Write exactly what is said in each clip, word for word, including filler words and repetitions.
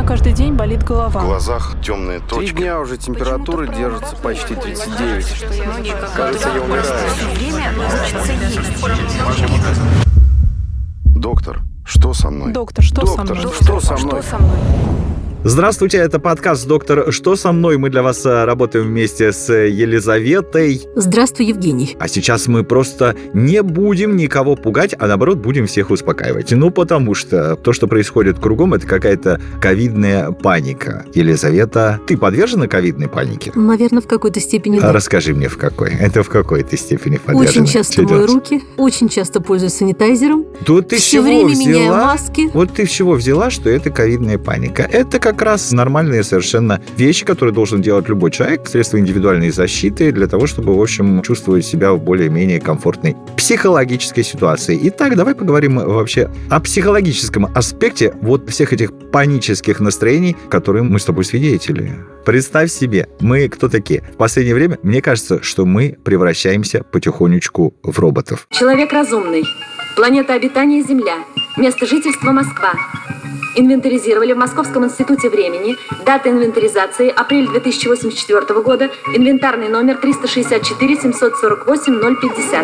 каждый день болит голова. В глазах темные точки. Три дня уже температура держится почти тридцать девять. Кажется, я умираю. Доктор, что со мной? Доктор, что Доктор, со мной? что со мной? Здравствуйте, это подкаст «Доктор, что со мной?». Мы для вас работаем вместе с Елизаветой. Здравствуй, Евгений. А сейчас мы просто не будем никого пугать, а наоборот будем всех успокаивать. Ну, потому что то, что происходит кругом, это какая-то ковидная паника. Елизавета, ты подвержена ковидной панике? Наверное, в какой-то степени да. А расскажи мне, в какой? Это в какой ты степени подвержена? Очень часто мою руки, очень часто пользуюсь санитайзером. Тут ты Все чего время взяла? меняю маски. Вот ты с чего взяла, что это ковидная паника? Это как раз нормальные совершенно вещи, которые должен делать любой человек, средства индивидуальной защиты для того, чтобы, в общем, чувствовать себя в более-менее комфортной психологической ситуации. Итак, давай поговорим вообще о психологическом аспекте вот всех этих панических настроений, которым мы с тобой свидетели. Представь себе, мы кто такие? В последнее время, мне кажется, что мы превращаемся потихонечку в роботов. Человек разумный. Планета обитания Земля. Место жительства Москва. Инвентаризировали в Московском институте времени. Дата инвентаризации апрель две тысячи восемьдесят четвёртого года. Инвентарный номер триста шестьдесят четыре семьсот сорок восемь ноль пятьдесят.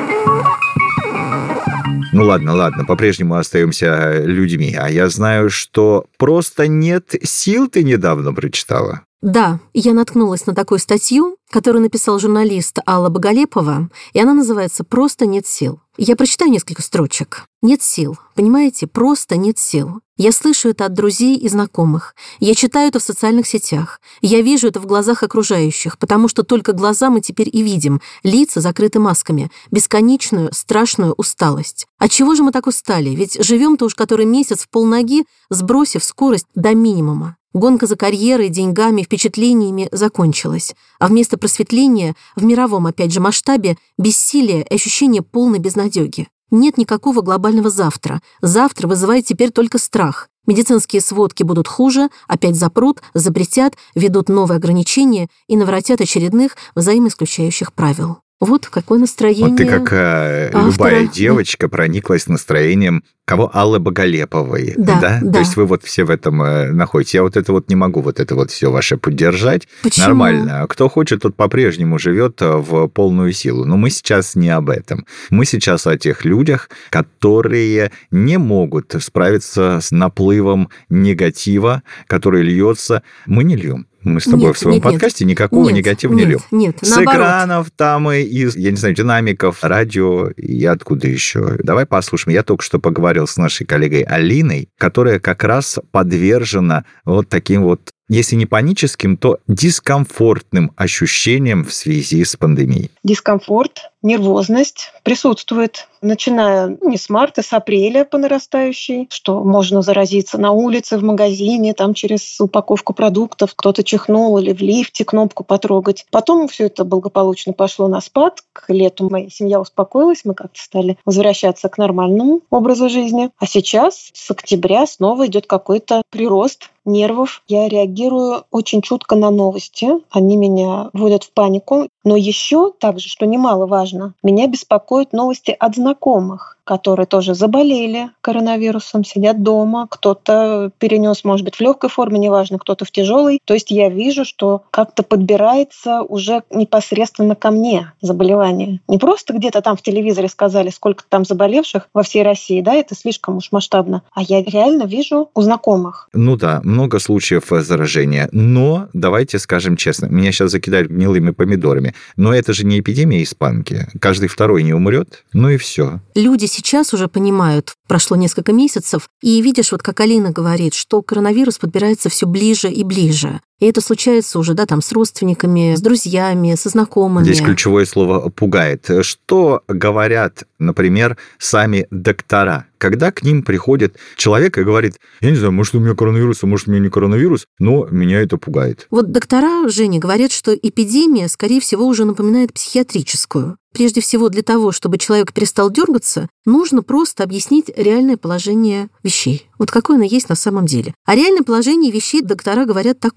Ну ладно, ладно, по-прежнему остаемся людьми. А я знаю, что просто нет сил ты недавно прочитала. Да, я наткнулась на такую статью, которую написал журналист Алла Боголепова, и она называется «Просто нет сил». Я прочитаю несколько строчек. Нет сил, понимаете? Просто нет сил. Я слышу это от друзей и знакомых. Я читаю это в социальных сетях. Я вижу это в глазах окружающих, потому что только глаза мы теперь и видим. Лица закрыты масками. Бесконечную, страшную усталость. Отчего же мы так устали? Ведь живем-то уж который месяц в полноги, сбросив скорость до минимума. Гонка за карьерой, деньгами, впечатлениями закончилась. А вместо просветления, в мировом, опять же, масштабе, бессилие и ощущение полной безнадёги. Нет никакого глобального завтра. Завтра вызывает теперь только страх. Медицинские сводки будут хуже, опять запрут, запретят, ведут новые ограничения и наворотят очередных взаимоисключающих правил. Вот какое настроение. Вот ты, как э, любая девочка, прониклась настроением кого? Аллы Боголеповой. Да, да, да. То есть вы вот все в этом э, находитесь. Я вот это вот не могу, вот это вот все ваше поддержать. Почему? Нормально. Кто хочет, тот по-прежнему живет в полную силу. Но мы сейчас не об этом. Мы сейчас о тех людях, которые не могут справиться с наплывом негатива, который льется. Мы не льем. Мы с тобой нет, в своем нет, подкасте никакого нет, негатива нет, не льем. Нет, С наоборот. экранов там и из, я не знаю, динамиков, радио и откуда еще. Давай послушаем. Я только что поговорил с нашей коллегой Алиной, которая как раз подвержена вот таким вот, если не паническим, то дискомфортным ощущениям в связи с пандемией. Дискомфорт, нервозность присутствует, начиная не с марта, с апреля по нарастающей, что можно заразиться на улице, в магазине, там через упаковку продуктов, кто-то чихнул или в лифте кнопку потрогать. Потом все это благополучно пошло на спад. К лету моя семья успокоилась, мы как-то стали возвращаться к нормальному образу жизни. А сейчас, с октября, снова идет какой-то прирост нервов. Я реагирую очень чутко на новости. Они меня вводят в панику. Но еще также, что немаловажно, меня беспокоят новости от знакомых, которые тоже заболели коронавирусом, сидят дома. Кто-то перенес, может быть, в легкой форме, неважно, кто-то в тяжелой. То есть я вижу, что как-то подбирается уже непосредственно ко мне заболевание. Не просто где-то там в телевизоре сказали, сколько там заболевших во всей России, да, это слишком уж масштабно. А я реально вижу у знакомых. Ну да, много случаев заражения. Но, давайте скажем честно, меня сейчас закидают гнилыми помидорами. Но это же не эпидемия испанки. Каждый второй не умрет, ну и все. Люди сейчас уже понимают, прошло несколько месяцев, и видишь, вот как Алина говорит, что коронавирус подбирается все ближе и ближе. И это случается уже, да, там, с родственниками, с друзьями, со знакомыми. Здесь ключевое слово «пугает». Что говорят, например, сами доктора, когда к ним приходит человек и говорит: я не знаю, может, у меня коронавирус, а может, у меня не коронавирус, но меня это пугает. Вот доктора, Женя, говорят, что эпидемия, скорее всего, уже напоминает психиатрическую. Прежде всего, для того, чтобы человек перестал дергаться, нужно просто объяснить реальное положение вещей. Вот какое оно есть на самом деле. А реальное положение вещей доктора говорят такое.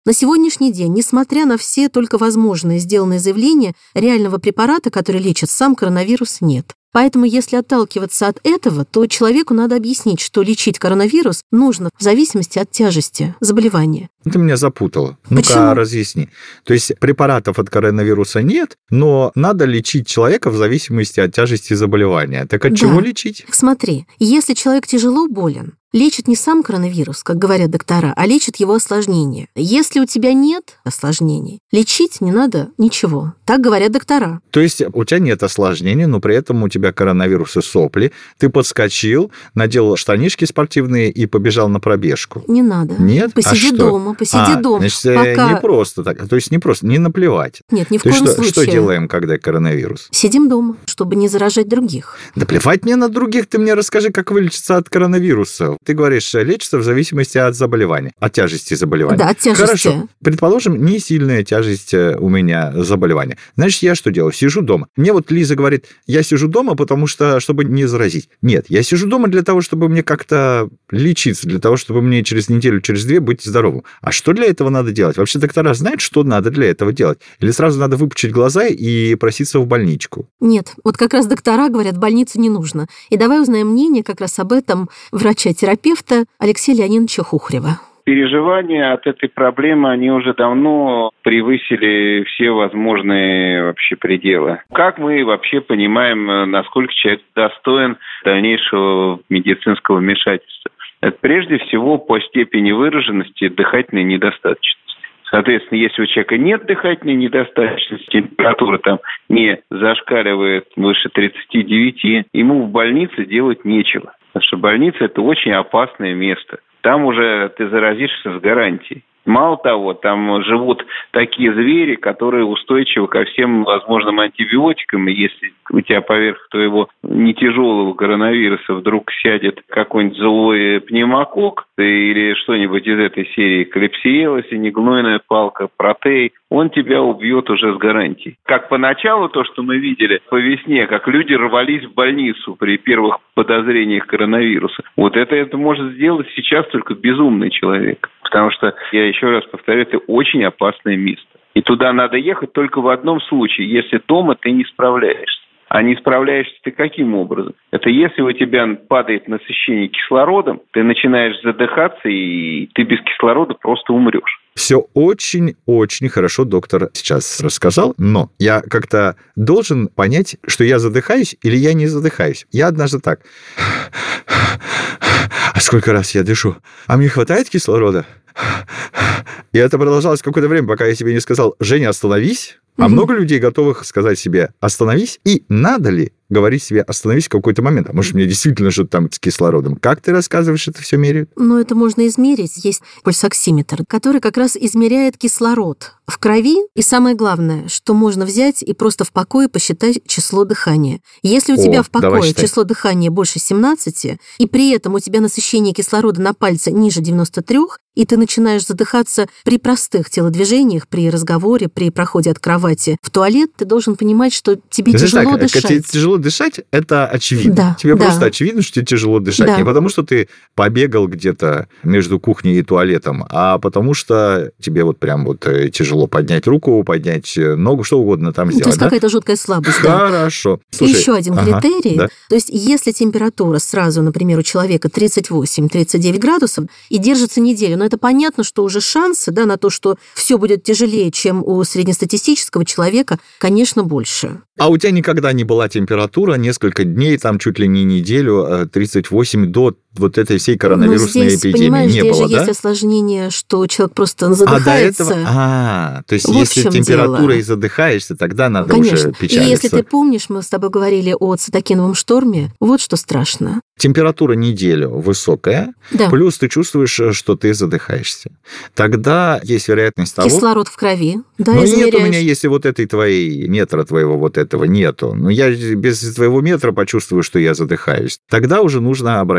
На сегодняшний день, несмотря на все только возможные сделанные заявления, реального препарата, который лечит сам коронавирус, нет. Поэтому, если отталкиваться от этого, то человеку надо объяснить, что лечить коронавирус нужно в зависимости от тяжести заболевания. Ты меня запутала. Почему? Ну-ка, разъясни. То есть препаратов от коронавируса нет, но надо лечить человека в зависимости от тяжести заболевания. Так от Да. чего лечить? Смотри, если человек тяжело болен, лечит не сам коронавирус, как говорят доктора, а лечит его осложнения. Если у тебя нет осложнений, лечить не надо ничего. Так говорят доктора. То есть у тебя нет осложнений, но при этом у тебя коронавирус и сопли. Ты подскочил, надел штанишки спортивные и побежал на пробежку. Не надо. Нет? Посиди А что? дома, посиди А, дома. значит, э, Пока... не просто так. То есть не просто, не наплевать. Нет, ни в То есть коем что, случае. что делаем, когда коронавирус? Сидим дома, чтобы не заражать других. Да плевать мне на других, ты мне расскажи, как вылечиться от коронавируса. Ты говоришь, лечится в зависимости от заболевания, от тяжести заболевания. Да, от тяжести. Хорошо. Предположим, не сильная тяжесть у меня заболевания. Значит, я что делаю? Сижу дома. Мне вот Лиза говорит, я сижу дома, потому что, чтобы не заразить. Нет, я сижу дома для того, чтобы мне как-то лечиться, для того, чтобы мне через неделю, через две быть здоровым. А что для этого надо делать? Вообще доктора знают, что надо для этого делать? Или сразу надо выпучить глаза и проситься в больничку? Нет, вот как раз доктора говорят, в больницу не нужно. И давай узнаем мнение как раз об этом врача-терапевта Алексея Леонидовича Хухарева. Переживания от этой проблемы, они уже давно превысили все возможные вообще пределы. Как мы вообще понимаем, насколько человек достоин дальнейшего медицинского вмешательства? Это прежде всего по степени выраженности дыхательной недостаточности. Соответственно, если у человека нет дыхательной недостаточности, температура там не зашкаливает выше тридцати девяти, ему в больнице делать нечего. Потому что больница – это очень опасное место. Там уже ты заразишься с гарантией. Мало того, там живут такие звери, которые устойчивы ко всем возможным антибиотикам. И если у тебя поверх твоего нетяжелого коронавируса вдруг сядет какой-нибудь злой пневмокок или что-нибудь из этой серии, клепсиела, синегнойная палка, протей, он тебя убьет уже с гарантией. Как поначалу то, что мы видели по весне, как люди рвались в больницу при первых подозрениях коронавируса. Вот это, это может сделать сейчас только безумный человек. Потому что, я еще раз повторю, это очень опасное место. И туда надо ехать только в одном случае, если дома ты не справляешься. А не справляешься ты каким образом? Это если у тебя падает насыщение кислородом, ты начинаешь задыхаться, и ты без кислорода просто умрешь. Все очень-очень хорошо доктор сейчас рассказал, но я как-то должен понять, что я задыхаюсь или я не задыхаюсь. Я однажды так. А сколько раз я дышу? А мне хватает кислорода? И это продолжалось какое-то время, пока я себе не сказал, Женя, остановись. А угу. много людей готовых сказать себе «остановись», и надо ли говорить себе «остановись» в какой-то момент? А может, мне действительно что-то там с кислородом? Как ты рассказываешь, это все меряют? Ну, это можно измерить. Есть пульсоксиметр, который как раз измеряет кислород в крови. И самое главное, что можно взять и просто в покое посчитать число дыхания. Если у О, тебя в покое число дыхания больше семнадцати, и при этом у тебя насыщение кислорода на пальце ниже девяноста трёх, и ты начинаешь задыхаться при простых телодвижениях, при разговоре, при проходе от кровати в туалет, ты должен понимать, что тебе Знаешь, тяжело так, дышать. Тебе тяжело дышать, это очевидно. Да, тебе да. просто очевидно, что тебе тяжело дышать. Да. Не потому, что ты побегал где-то между кухней и туалетом, а потому что тебе вот прям вот тяжело поднять руку, поднять ногу, что угодно там сделать. То есть да? какая-то жуткая слабость. Да. Хорошо. Слушай, и еще один ага, критерий. Да. То есть если температура сразу, например, у человека тридцать восемь - тридцать девять градусов и держится неделю, но это понятно, что уже шансы, да, на то, что все будет тяжелее, чем у среднестатистического человека, конечно, больше. А у тебя никогда не была температура несколько дней, там чуть ли не неделю, тридцать восемь до вот этой всей коронавирусной здесь, эпидемии понимаешь, не здесь было, же да? есть осложнение, что человек просто задыхается. А до этого... А, то есть вот если температура дело. И задыхаешься, тогда надо Конечно. уже печалиться. И если ты помнишь, мы с тобой говорили о цитокиновом шторме, вот что страшно. Температура неделю высокая, да. плюс ты чувствуешь, что ты задыхаешься. Тогда есть вероятность того... Кислород в крови, да, Ну, измеряешь. нет у меня, если вот этой твоей, метра твоего вот этого нету. Но я без твоего метра почувствую, что я задыхаюсь. Тогда уже нужно обращаться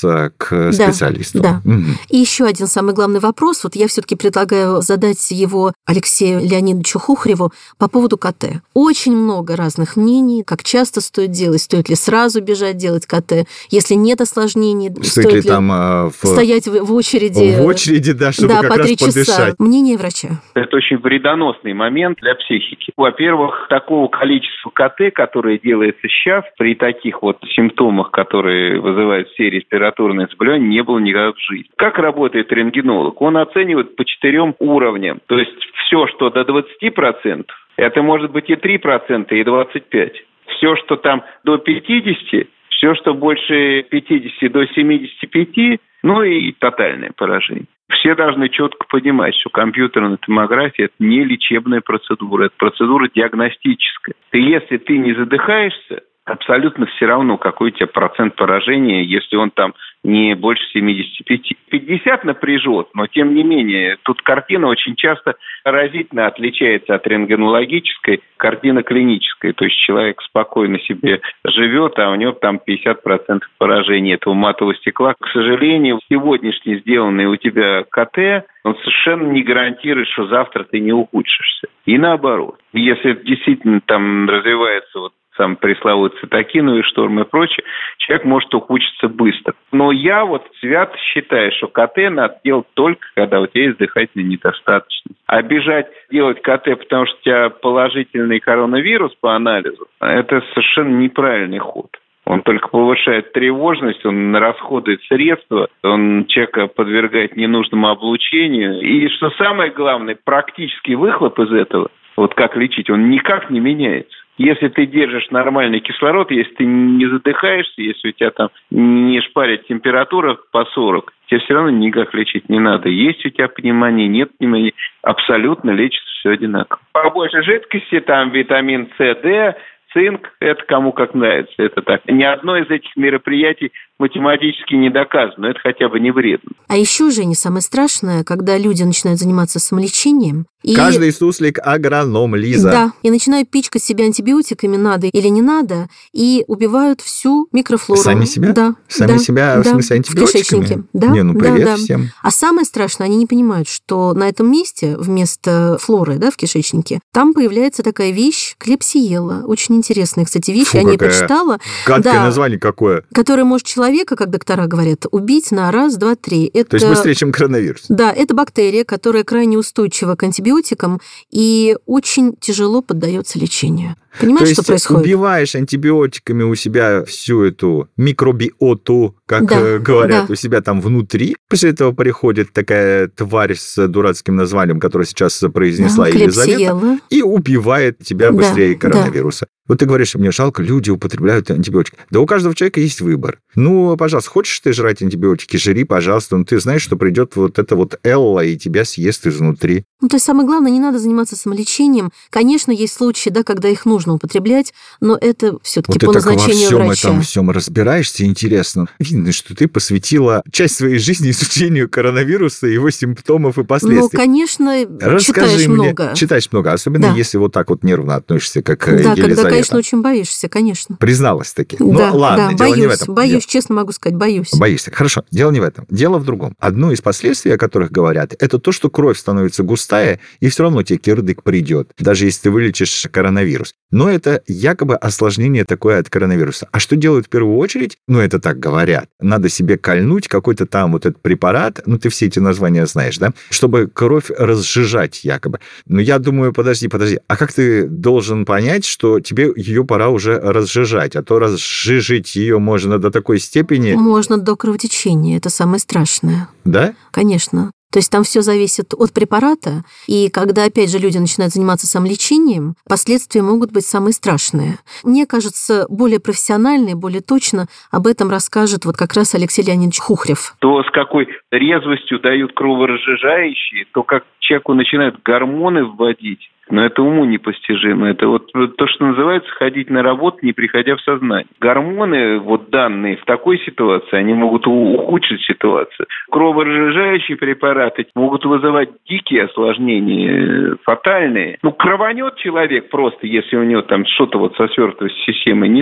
обращаться к специалисту. Да. Угу. И еще один самый главный вопрос. Вот я все-таки предлагаю задать его Алексею Леонидовичу Хухреву по поводу КТ. Очень много разных мнений, как часто стоит делать, стоит ли сразу бежать делать КТ, если нет осложнений, стоит, стоит ли ли там в... стоять в очереди. В очереди, да, чтобы да, как по раз три подышать. часа. Мнение врача. Это очень вредоносный момент для психики. Во-первых, такого количества КТ, которое делается сейчас, при таких вот симптомах, которые вызывают все респираторные заболевания, не было никогда в жизни. Как работает рентгенолог? Он оценивает по четырем уровням. То есть все, что до двадцати процентов, это может быть и три процента, и двадцать пять процентов. Все, что там до пятидесяти, все, что больше пятидесяти до семидесяти пяти, ну и тотальное поражение. Все должны четко понимать, что компьютерная томография – это не лечебная процедура, это процедура диагностическая. И если ты не задыхаешься, абсолютно все равно, какой у тебя процент поражения, если он там не больше семидесяти пяти. пятьдесят напряжет, но тем не менее, тут картина очень часто разительно отличается от рентгенологической, картина клинической. То есть человек спокойно себе живет, а у него там пятьдесят процентов поражения этого матового стекла. К сожалению, сегодняшний сделанный у тебя КТ, он совершенно не гарантирует, что завтра ты не ухудшишься. И наоборот. Если действительно там развивается вот сам пресловутый цитокиновый шторм и прочее, человек может ухудшиться быстро. Но я вот свято считаю, что КТ надо делать только, когда у тебя есть дыхательная недостаточность. А бежать делать КТ, потому что у тебя положительный коронавирус по анализу, это совершенно неправильный ход. Он только повышает тревожность, он расходует средства, он человека подвергает ненужному облучению. И что самое главное, практический выхлоп из этого, вот как лечить, он никак не меняется. Если ты держишь нормальный кислород, если ты не задыхаешься, если у тебя там не шпарит температура по сорок, тебе все равно никак лечить не надо. Есть у тебя пневмония, нет пневмонии, абсолютно лечится все одинаково. Побольше жидкости, там витамин С, Д, цинк, это кому как нравится. Это так. Ни одно из этих мероприятий математически не доказано, но это хотя бы не вредно. А еще, Женя, самое страшное, когда люди начинают заниматься самолечением. И... Каждый суслик агроном, Лиза. Да, и начинают пичкать себя антибиотиками, надо или не надо, и убивают всю микрофлору. Сами себя? Да. Сами да, себя, да, в смысле, антибиотиками? В кишечнике. Да, не, ну привет да, да. всем. А самое страшное, они не понимают, что на этом месте вместо флоры, да, в кишечнике, там появляется такая вещь клепсиела. Очень интересная, кстати, вещь. Фу, я не какая прочитала. гадкое да, название какое. Которое может человека, как доктора говорят, убить на раз, два, три. Это... То есть быстрее, чем коронавирус. Да, это бактерия, которая крайне устойчива к антибиотикам и очень тяжело поддается лечению. Понимаешь, То что есть происходит? убиваешь антибиотиками у себя всю эту микробиоту, как да, говорят, да. у себя там внутри. После этого приходит такая тварь с дурацким названием, которую сейчас произнесла да, Елизавета, клепсиела. и убивает тебя быстрее да, коронавируса. Да. Вот ты говоришь, мне жалко, люди употребляют антибиотики. Да у каждого человека есть выбор. Ну, пожалуйста, хочешь ты жрать антибиотики, жри, пожалуйста. Но ты знаешь, что придет вот эта вот Элла и тебя съест изнутри. Ну, то есть самое главное, не надо заниматься самолечением. Конечно, есть случаи, да, когда их нужно употреблять, но это все-таки вот по назначению врача. Вот ты так во всем врача. этом всем разбираешься, интересно. Видно, что ты посвятила часть своей жизни изучению коронавируса, его симптомов и последствий. Ну, конечно, Расскажи читаешь мне, много. Читаешь много, особенно да. если вот так вот нервно относишься, как да, Елизавета. когда, конечно, очень боишься, конечно. Призналась таки. Да, ну, ладно, да, дело боюсь, не в этом. боюсь, Дело... честно могу сказать, боюсь. Боишься. Хорошо, дело не в этом. Дело в другом. Одно из последствий, о которых говорят, это то, что кровь становится густая, и все равно тебе кирдык придет, даже если ты вылечишь коронавирус. Но это якобы осложнение такое от коронавируса. А что делают в первую очередь? Ну, это так говорят. Надо себе кольнуть какой-то там вот этот препарат, ну, ты все эти названия знаешь, да? Чтобы кровь разжижать якобы. Но я думаю, подожди, подожди, а как ты должен понять, что тебе ее пора уже разжижать? А то разжижить ее можно до такой степени... Можно до кровотечения, это самое страшное. Да? Конечно. То есть там все зависит от препарата, и когда, опять же, люди начинают заниматься самолечением, последствия могут быть самые страшные. Мне кажется, более профессионально и более точно об этом расскажет вот как раз Алексей Леонидович Хухрев. То, с какой резвостью дают кроворазжижающие, то, как человеку начинают гормоны вводить, но это уму непостижимо. Это вот то, что называется ходить на работу, не приходя в сознание. Гормоны, вот данные в такой ситуации, они могут ухудшить ситуацию. Кроворазжижающие препараты могут вызывать дикие осложнения, фатальные. Ну, крованет человек просто, если у него там что-то вот со свертывающей системой не так,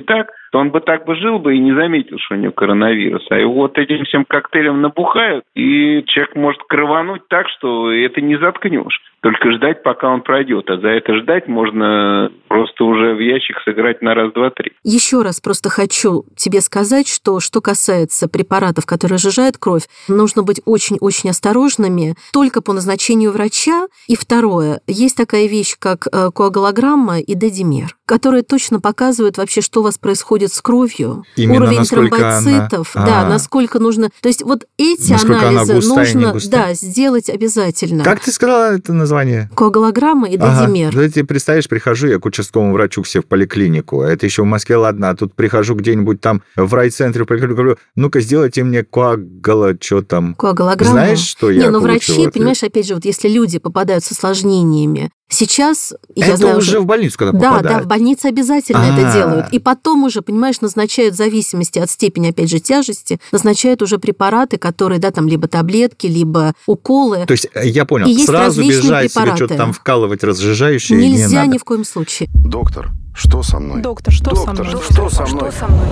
то он бы так бы жил бы и не заметил, что у него коронавирус. А его вот этим всем коктейлем набухают, и человек может крывануть так, что это не заткнешь. Только ждать, пока он пройдет. А за это ждать можно просто уже в ящик сыграть на раз, два, три. Еще раз просто хочу тебе сказать, что что касается препаратов, которые сжижают кровь, нужно быть очень-очень осторожными только по назначению врача. И второе, есть такая вещь, как коагулограмма и дедимер, которые точно показывают вообще, что у вас происходит с кровью, именно уровень тромбоцитов, она... да, А-а-а. насколько нужно... То есть вот эти насколько анализы нужно густая, да, сделать обязательно. Как ты сказала это название? Коагулограмма и дедимер. Ага. Да, ты представляешь, прихожу я к участковому врачу к себе в поликлинику, это еще в Москве, ладно, а тут прихожу где-нибудь там в райцентре, в поликлинику, говорю, ну-ка, сделайте мне коагула, что там. Коагулограмму. Знаешь, что я Не, ну получил? врачи, понимаешь, опять же, вот если люди попадают с осложнениями, сейчас... Это я знаю, уже что... в больницу, когда да, попадают? Да, в больнице обязательно А-а-а. это делают. И потом уже, понимаешь, назначают в зависимости от степени, опять же, тяжести, назначают уже препараты, которые, да, там, либо таблетки, либо уколы. То есть, я понял, и сразу бежать препараты. себе что-то там вкалывать разжижающее нельзя не надо. ни в коем случае. Доктор, что со мной? Доктор, что Доктор, со мной? что со мной? Что со мной?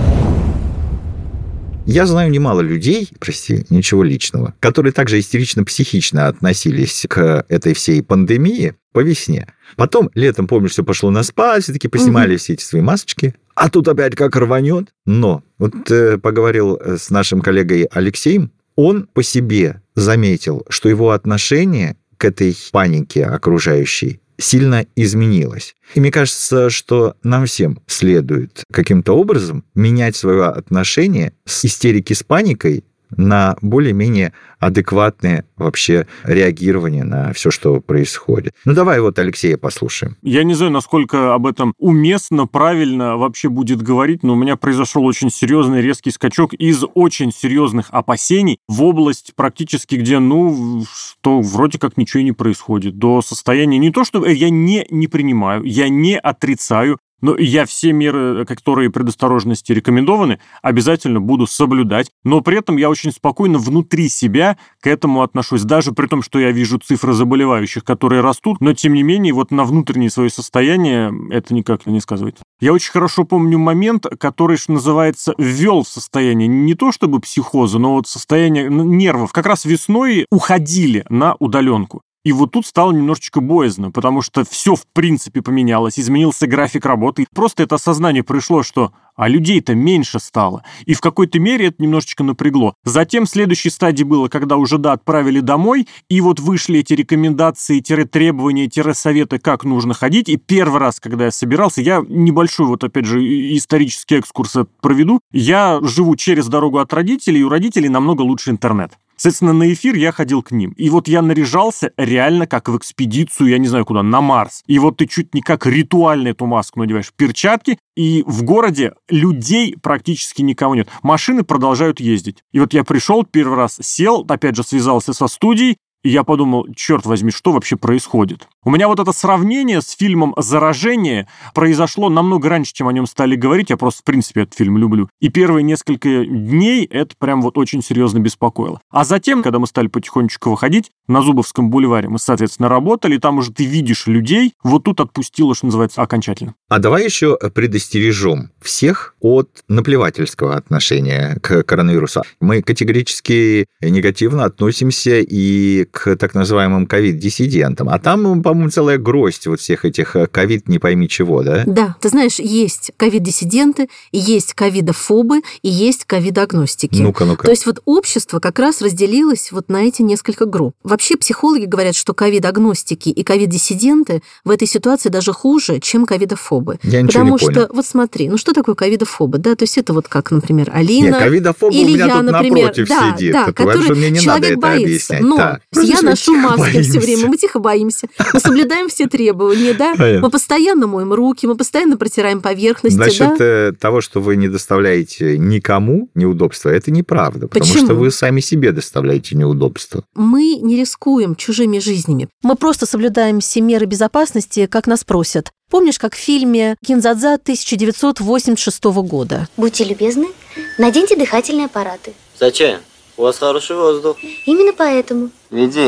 Я знаю немало людей, прости, ничего личного, которые также истерично-психично относились к этой всей пандемии по весне. Потом летом, помню, все пошло на спад, все-таки поснимали угу. все эти свои масочки. А тут опять как рванет. Но вот э, поговорил с нашим коллегой Алексеем, он по себе заметил, что его отношение к этой панике окружающей сильно изменилось. И мне кажется, что нам всем следует каким-то образом менять свое отношение с истерики с паникой на более-менее адекватное вообще реагирование на все, что происходит. Ну, давай вот Алексея послушаем. Я не знаю, насколько об этом уместно, правильно вообще будет говорить, но у меня произошел очень серьезный резкий скачок из очень серьезных опасений в область практически, где, ну, что вроде как ничего и не происходит, до состояния не то, что я не, не принимаю, я не отрицаю, но я все меры, которые предосторожности рекомендованы, обязательно буду соблюдать. Но при этом я очень спокойно внутри себя к этому отношусь. Даже при том, что я вижу цифры заболевающих, которые растут, но тем не менее вот на внутреннее свое состояние это никак не сказывается. Я очень хорошо помню момент, который, что называется, ввел в состояние не то чтобы психоза, но вот состояние нервов. Как раз весной уходили на удаленку. И вот тут стало немножечко боязно, потому что все в принципе поменялось, изменился график работы. И просто это осознание пришло, что а людей-то меньше стало. И в какой-то мере это немножечко напрягло. Затем следующей стадией было, когда уже, да, отправили домой, и вот вышли эти рекомендации, требования, советы, как нужно ходить. И первый раз, когда я собирался, я небольшой, вот опять же, исторический экскурс проведу. Я живу через дорогу от родителей, и у родителей намного лучше интернет. Соответственно, на эфир я ходил к ним. И вот я наряжался реально как в экспедицию, я не знаю куда, на Марс. И вот ты чуть не как ритуально эту маску надеваешь, перчатки, и в городе людей практически никого нет. Машины продолжают ездить. И вот я пришел первый раз, сел, опять же связался со студией, и я подумал, черт возьми, что вообще происходит? У меня вот это сравнение с фильмом «Заражение» произошло намного раньше, чем о нем стали говорить. Я просто, в принципе, этот фильм люблю. И первые несколько дней это прям вот очень серьезно беспокоило. А затем, когда мы стали потихонечку выходить, на Зубовском бульваре мы, соответственно, работали, там уже ты видишь людей, вот тут отпустило, что называется, окончательно. А давай еще предостережем всех от наплевательского отношения к коронавирусу. Мы категорически негативно относимся и к так называемым ковид-диссидентам. А там, по-моему, целая гроздь вот всех этих ковид не пойми чего, да? Да, ты знаешь, есть ковид-диссиденты, есть ковидофобы и есть ковидогностики. Ну-ка, ну-ка. То есть вот общество как раз разделилось вот на эти несколько групп. Вообще психологи говорят, что ковидогностики и ковид-диссиденты в этой ситуации даже хуже, чем ковидофобы. Я ничего Потому не понял. что, вот смотри, ну что такое ковидофобы? Да, то есть это вот как, например, Алина. Нет, ковидофобы у меня я, тут например, напротив да, сидит. Да, Потому что мне не надо это боится. объяснять. Но да. я ношу маски боимся. все время, мы тихо боимся, мы соблюдаем все требования, да, Понятно. Мы постоянно моем руки, мы постоянно протираем поверхности. Насчет да? того, что вы не доставляете никому неудобства, это неправда, потому Почему? что вы сами себе доставляете неудобства. Мы не рискуем чужими жизнями. Мы просто соблюдаем все меры безопасности, как нас просят. Помнишь, как в фильме «Кинзадза» тысяча девятьсот восемьдесят шестого года? Будьте любезны, наденьте дыхательные аппараты. Зачем? У вас хороший воздух. Именно поэтому. Веди.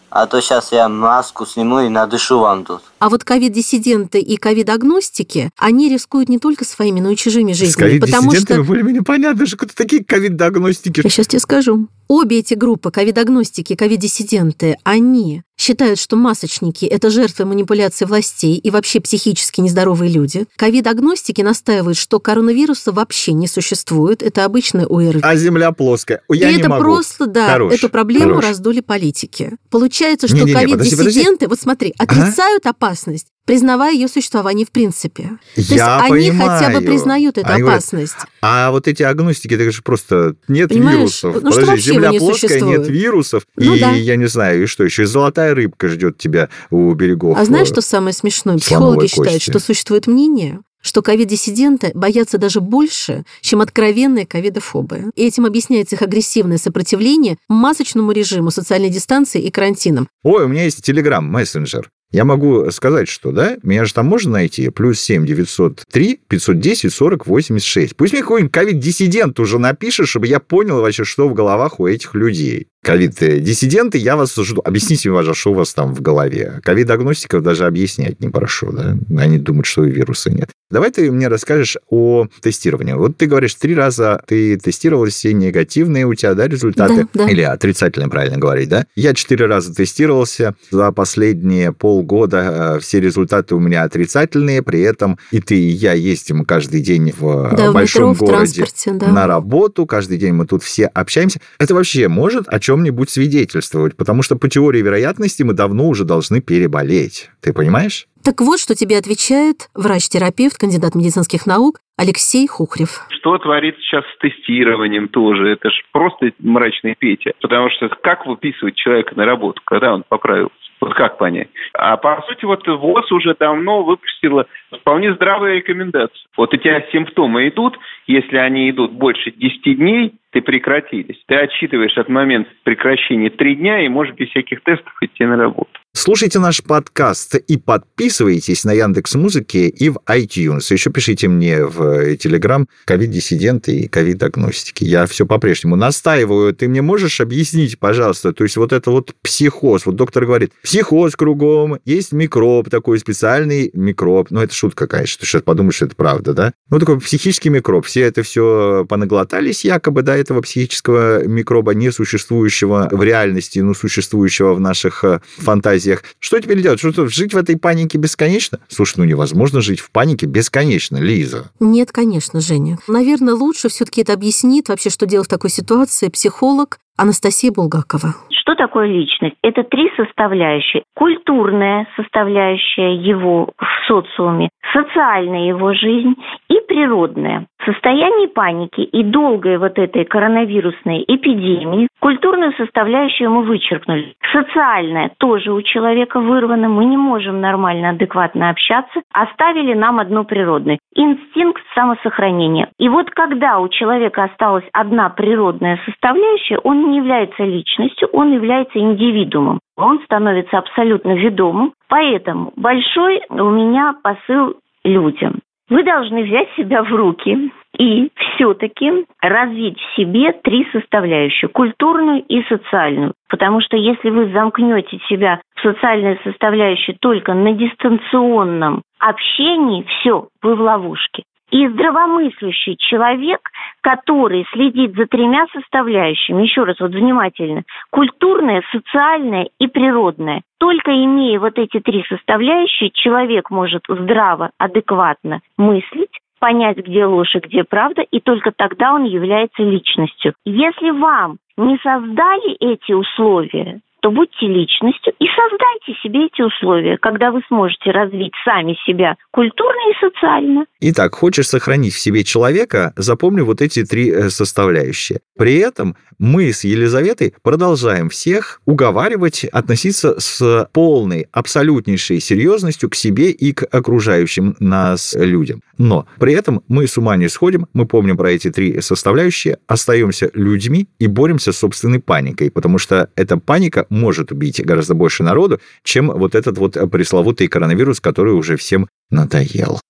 а то сейчас я маску сниму и надышу вам тут. А вот ковид-диссиденты и ковид-агностики, они рискуют не только своими, но и чужими жизнями. С ковид-диссидентами более-менее понятно, что кто такие ковид-агностики. Я сейчас тебе скажу. Обе эти группы, ковид-агностики и ковид-диссиденты, они считают, что масочники – это жертвы манипуляций властей и вообще психически нездоровые люди. Ковид-агностики настаивают, что коронавируса вообще не существует, это обычный ОРВИ. А Земля плоская. Я и не это могу. просто, да, Хорош, эту проблему хорош. раздули политики. Получается, что Не-не-не, ковид-диссиденты, подожди, подожди. вот смотри, отрицают ага. опасность, признавая ее существование в принципе. То есть Я они понимаю. хотя бы признают эту Они опасность. Говорят, а вот эти агностики, это же просто нет Понимаешь? вирусов. Ну, что Подожди, вообще Земля не плоская, существует? нет вирусов. Ну, и да. я не знаю, и что еще? И золотая рыбка ждет тебя у берегов. А знаешь, что самое смешное? Слоновой Психологи считают, кости. что существует мнение, что ковид-диссиденты боятся даже больше, чем откровенные ковидофобы. И этим объясняется их агрессивное сопротивление масочному режиму, социальной дистанции и карантинам. Ой, у меня есть Telegram, мессенджер. Я могу сказать, что, да, меня же там можно найти, плюс семь девятьсот три пятьсот десять сорок восемьдесят шесть. Пусть мне какой-нибудь ковид-диссидент уже напишет, чтобы я понял вообще, что в головах у этих людей. Ковид-диссиденты, я вас жду. Объясните мне, пожалуйста, что у вас там в голове. Ковид-агностиков даже объяснять не прошу, да? Они думают, что и вируса нет. Давай ты мне расскажешь о тестировании. Вот ты говоришь, три раза ты тестировалась, все негативные у тебя, да, результаты? Да, да. Или отрицательные, правильно говорить, да? Я четыре раза тестировался. За последние полгода все результаты у меня отрицательные. При этом и ты, и я ездим каждый день в да, большом в метро, городе в да. на работу. Каждый день мы тут все общаемся. Это вообще может о чем-нибудь свидетельствовать? Потому что по теории вероятности мы давно уже должны переболеть. Ты понимаешь? Так вот, что тебе отвечает врач-терапевт, кандидат медицинских наук Алексей Хухрев. Что творится сейчас с тестированием тоже? Это же просто мрачный Петя. Потому что как выписывать человека на работу, когда он поправился? Вот как понять? А по сути, вот ВОЗ уже давно выпустила вполне здравые рекомендации. Вот у тебя симптомы идут, если они идут больше десяти дней, ты прекратились. Ты отсчитываешь от момента прекращения три дня и можешь без всяких тестов идти на работу. Слушайте наш подкаст и подписывайтесь на Яндекс.Музыке и в iTunes. Еще пишите мне в Telegram ковид-диссиденты и ковид-агностики. Я все по-прежнему настаиваю. Ты мне можешь объяснить, пожалуйста, то есть вот это вот психоз. Вот доктор говорит, психоз кругом, есть микроб, такой специальный микроб. Ну, это шутка, конечно, ты сейчас подумаешь, что это правда, да? Ну, такой психический микроб. Все это все понаглотались якобы, да, этого психического микроба, не существующего в реальности, но существующего в наших фантазиях. Что теперь делать? Что, жить в этой панике бесконечно? Слушай, ну невозможно жить в панике бесконечно, Лиза. Нет, конечно, Женя. Наверное, лучше все-таки это объяснит вообще, что делать в такой ситуации психолог Анастасия Булгакова. Что такое личность? Это три составляющие. Культурная составляющая его в социуме, социальная его жизнь и природная. В состоянии паники и долгой вот этой коронавирусной эпидемии культурную составляющую мы вычеркнули. Социальная тоже у человека вырвана. Мы не можем нормально, адекватно общаться. Оставили нам одно природное. Инстинкт самосохранения. И вот когда у человека осталась одна природная составляющая, он не является личностью, он является индивидуумом. Он становится абсолютно ведомым. Поэтому большой у меня посыл людям. Вы должны взять себя в руки и все-таки развить в себе три составляющие – культурную и социальную. Потому что если вы замкнете себя в социальной составляющей только на дистанционном общении, все, вы в ловушке. И здравомыслящий человек, который следит за тремя составляющими, еще раз вот внимательно, культурная, социальная и природная. Только имея вот эти три составляющие, человек может здраво, адекватно мыслить, понять, где ложь и где правда, и только тогда он является личностью. Если вам не создали эти условия, то будьте личностью и создайте себе эти условия, когда вы сможете развить сами себя культурно и социально. Итак, хочешь сохранить в себе человека, запомни вот эти три составляющие. При этом мы с Елизаветой продолжаем всех уговаривать относиться с полной, абсолютнейшей серьезностью к себе и к окружающим нас людям. Но при этом мы с ума не сходим, мы помним про эти три составляющие, остаемся людьми и боремся с собственной паникой, потому что эта паника может убить гораздо больше народу, чем вот этот вот пресловутый коронавирус, который уже всем надоел.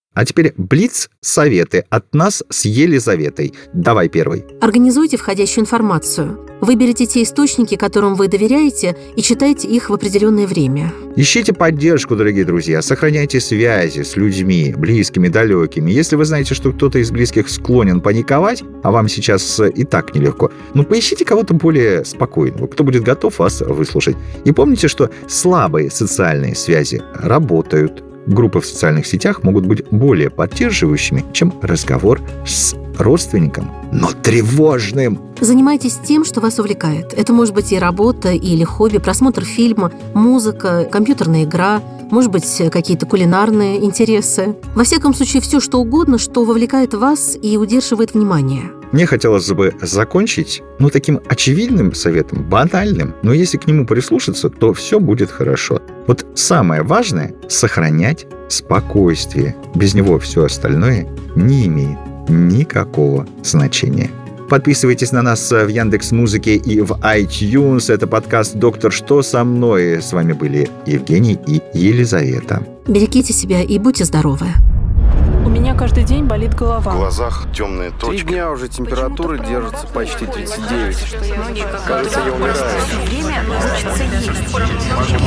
А теперь блиц-советы от нас с Елизаветой. Давай первый. Организуйте входящую информацию. Выберите те источники, которым вы доверяете, и читайте их в определенное время. Ищите поддержку, дорогие друзья. Сохраняйте связи с людьми, близкими, далекими. Если вы знаете, что кто-то из близких склонен паниковать, а вам сейчас и так нелегко, ну, поищите кого-то более спокойного, кто будет готов вас выслушать. И помните, что слабые социальные связи работают. Группы в социальных сетях могут быть более поддерживающими, чем разговор с родственником, но тревожным. Занимайтесь тем, что вас увлекает. Это может быть и работа, или хобби, просмотр фильма, музыка, компьютерная игра, может быть, какие-то кулинарные интересы. Во всяком случае, все что угодно, что вовлекает вас и удерживает внимание. Мне хотелось бы закончить, ну, таким очевидным советом, банальным, но если к нему прислушаться, то все будет хорошо. Вот самое важное – сохранять спокойствие. Без него все остальное не имеет никакого значения. Подписывайтесь на нас в Яндекс.Музыке и в iTunes. Это подкаст «Доктор, что со мной?». С вами были Евгений и Елизавета. Берегите себя и будьте здоровы. У меня каждый день болит голова. В глазах темные точки. Три дня уже температура держится почти тридцать девять. Кажется, я умираю.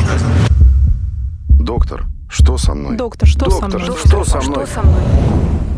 Доктор, что со мной? Доктор, что Доктор, со мной? что со мной? Что со мной?